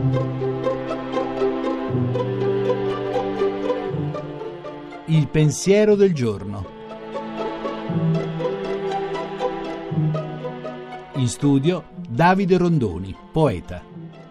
Il pensiero del giorno. In studio Davide Rondoni, poeta.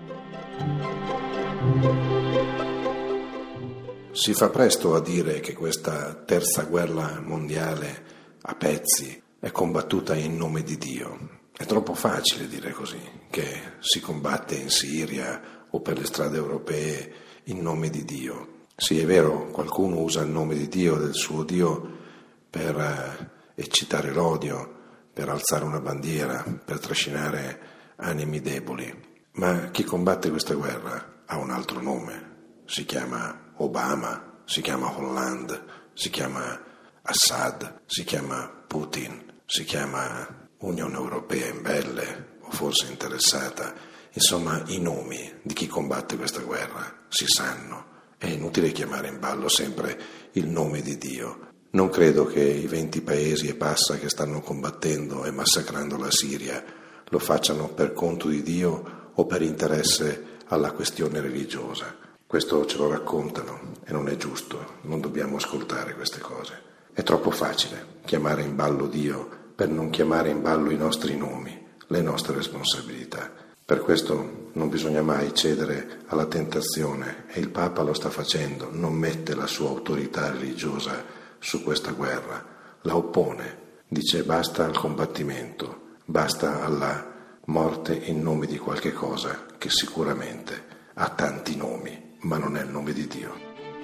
Si fa presto a dire che questa terza guerra mondiale a pezzi è combattuta in nome di Dio. È troppo facile dire così, che si combatte in Siria o per le strade europee in nome di Dio. Sì, è vero, qualcuno usa il nome di Dio, del suo Dio, per eccitare l'odio, per alzare una bandiera, per trascinare animi deboli. Ma chi combatte questa guerra ha un altro nome. Si chiama Obama, si chiama Hollande, si chiama Assad, si chiama Putin, si chiama Unione Europea imbelle o forse interessata. Insomma, i nomi di chi combatte questa guerra si sanno. È inutile chiamare in ballo sempre il nome di Dio. Non credo che i 20 paesi e passa che stanno combattendo e massacrando la Siria lo facciano per conto di Dio o per interesse alla questione religiosa. Questo ce lo raccontano e non è giusto, non dobbiamo ascoltare queste cose. È troppo facile chiamare in ballo Dio per non chiamare in ballo i nostri nomi, le nostre responsabilità. Per questo non bisogna mai cedere alla tentazione, e il Papa lo sta facendo, non mette la sua autorità religiosa su questa guerra, la oppone, dice basta al combattimento, basta alla morte in nome di qualche cosa che sicuramente ha tanti nomi, ma non è il nome di Dio.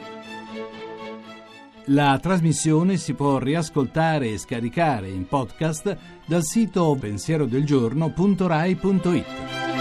La trasmissione si può riascoltare e scaricare in podcast dal sito pensierodelgiorno.rai.it.